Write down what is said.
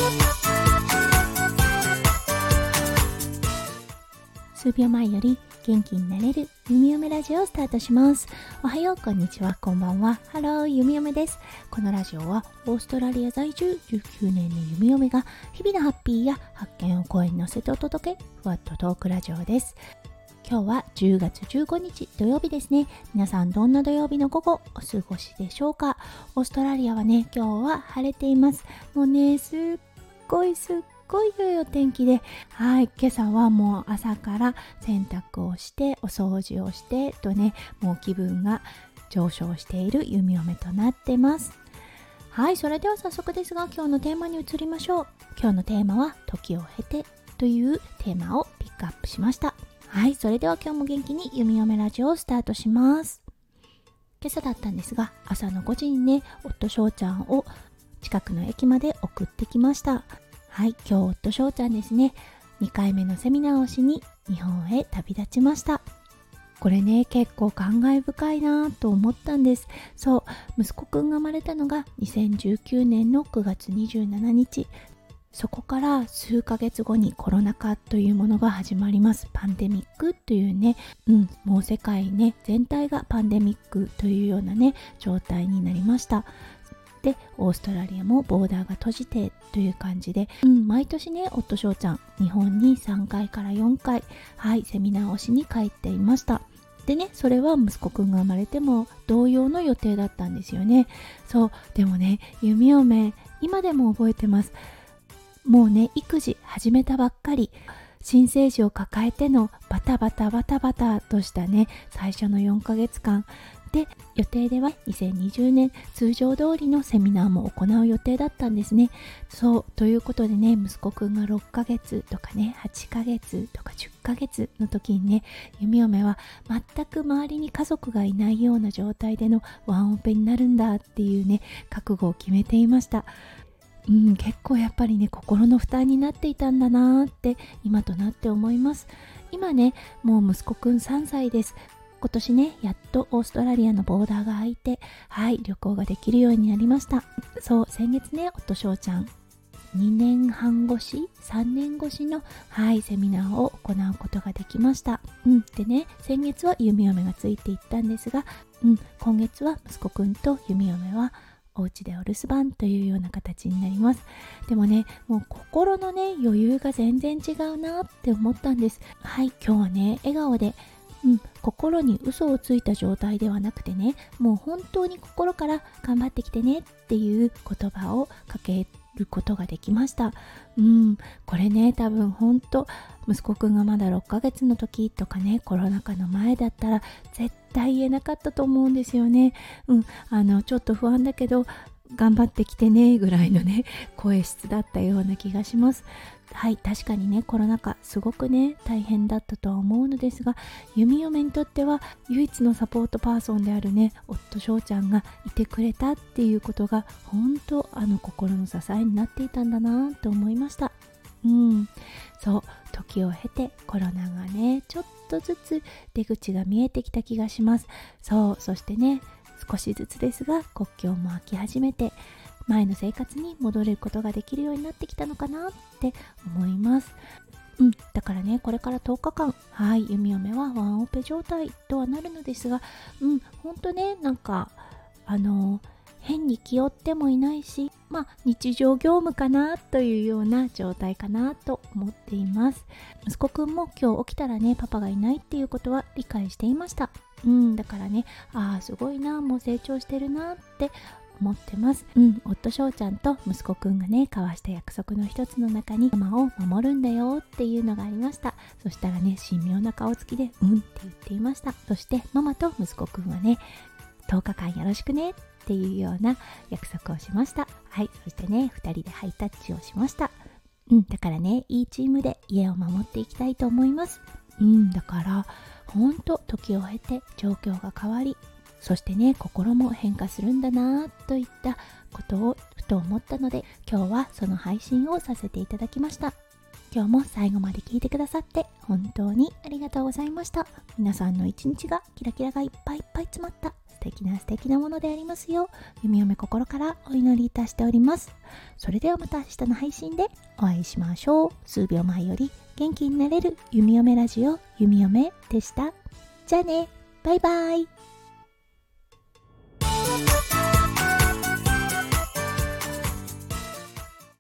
数秒前より元気になれる弓嫁ラジオをスタートします。おはよう、こんにちは、こんばんは。ハロー、弓嫁です。このラジオはオーストラリア在住19年の弓嫁が日々のハッピーや発見を声に乗せてお届け、ふわっとトークラジオです。今日は10月15日土曜日ですね。皆さんどんな土曜日の午後お過ごしでしょうか。オーストラリアはね、今日は晴れています。もうね、すっごい良いお天気で、今朝はもう朝から洗濯をしてお掃除をしてとね、もう気分が上昇している弓嫁となってます。それでは早速ですが、今日のテーマに移りましょう。今日のテーマは時を経てというテーマをピックアップしました。それでは今日も元気に弓嫁ラジオをスタートします。今朝だったんですが、朝の5時にね、夫翔ちゃんを近くの駅まで送ってきました。今日夫翔ちゃんですね、2回目のセミナーをしに日本へ旅立ちました。これね、結構感慨深いなと思ったんです。息子くんが生まれたのが2019年の9月27日。そこから数ヶ月後にコロナ禍というものが始まります。パンデミックというね、もう世界ね、全体がパンデミックというようなね、状態になりました。で、オーストラリアもボーダーが閉じてという感じで、毎年ね、夫翔ちゃん日本に3回から4回セミナーをしに帰っていました。でね、それは息子くんが生まれても同様の予定だったんですよね。でもね、弓嫁今でも覚えてます。もうね、育児始めたばっかり、新生児を抱えてのバタバタとしたね、最初の4ヶ月間で、予定では2020年通常通りのセミナーも行う予定だったんですね。ということでね、息子くんが6ヶ月とかね、8ヶ月とか10ヶ月の時にね、弓嫁は全く周りに家族がいないような状態でのワンオペになるんだっていうね、覚悟を決めていました。結構やっぱりね、心の負担になっていたんだなって今となって思います。今ね、もう息子くん3歳です。今年ね、やっとオーストラリアのボーダーが開いて、旅行ができるようになりました。先月ね、夫翔ちゃん2年半越し3年越しのセミナーを行うことができました。でね、先月は弓嫁がついていったんですが、今月は息子くんと弓嫁はお家でお留守番というような形になります。でもね、もう心のね、余裕が全然違うなって思ったんです。今日はね、笑顔で心に嘘をついた状態ではなくてね、もう本当に心から頑張ってきてねっていう言葉をかけることができました。これね、多分本当息子くんがまだ6ヶ月の時とかね、コロナ禍の前だったら絶対言えなかったと思うんですよね。ちょっと不安だけど頑張ってきてねぐらいのね、声質だったような気がします。確かにね、コロナ禍すごくね、大変だったとは思うのですが、弓嫁にとっては唯一のサポートパーソンであるね、夫翔ちゃんがいてくれたっていうことが本当心の支えになっていたんだなと思いました。時を経てコロナがね、ちょっとずつ出口が見えてきた気がします。そしてね、少しずつですが国境も開き始めて、前の生活に戻れることができるようになってきたのかなって思います。だからね、これから10日間弓嫁はワンオペ状態とはなるのですが、ほんとね、なんか変に気負ってもいないし、日常業務かなというような状態かなと思っています。息子くんも今日起きたらね、パパがいないっていうことは理解していました。だからね、すごいな、もう成長してるなって思ってます。夫翔ちゃんと息子くんがね、交わした約束の一つの中に、ママを守るんだよっていうのがありました。そしたらね、神妙な顔つきでって言っていました。そしてママと息子くんはね、10日間よろしくねっていうような約束をしました。そしてね、2人でハイタッチをしました。だからね、いいチームで家を守っていきたいと思います。だから本当、時を経て状況が変わり、そしてね、心も変化するんだなといったことをふと思ったので、今日はその配信をさせていただきました。今日も最後まで聞いてくださって本当にありがとうございました。皆さんの一日がキラキラがいっぱいいっぱい詰まった素敵な素敵なものでありますよう、弓嫁心からお祈りいたしております。それではまた明日の配信でお会いしましょう。数秒前より元気になれる弓嫁ラジオ、弓嫁でした。じゃあね、バイバイ。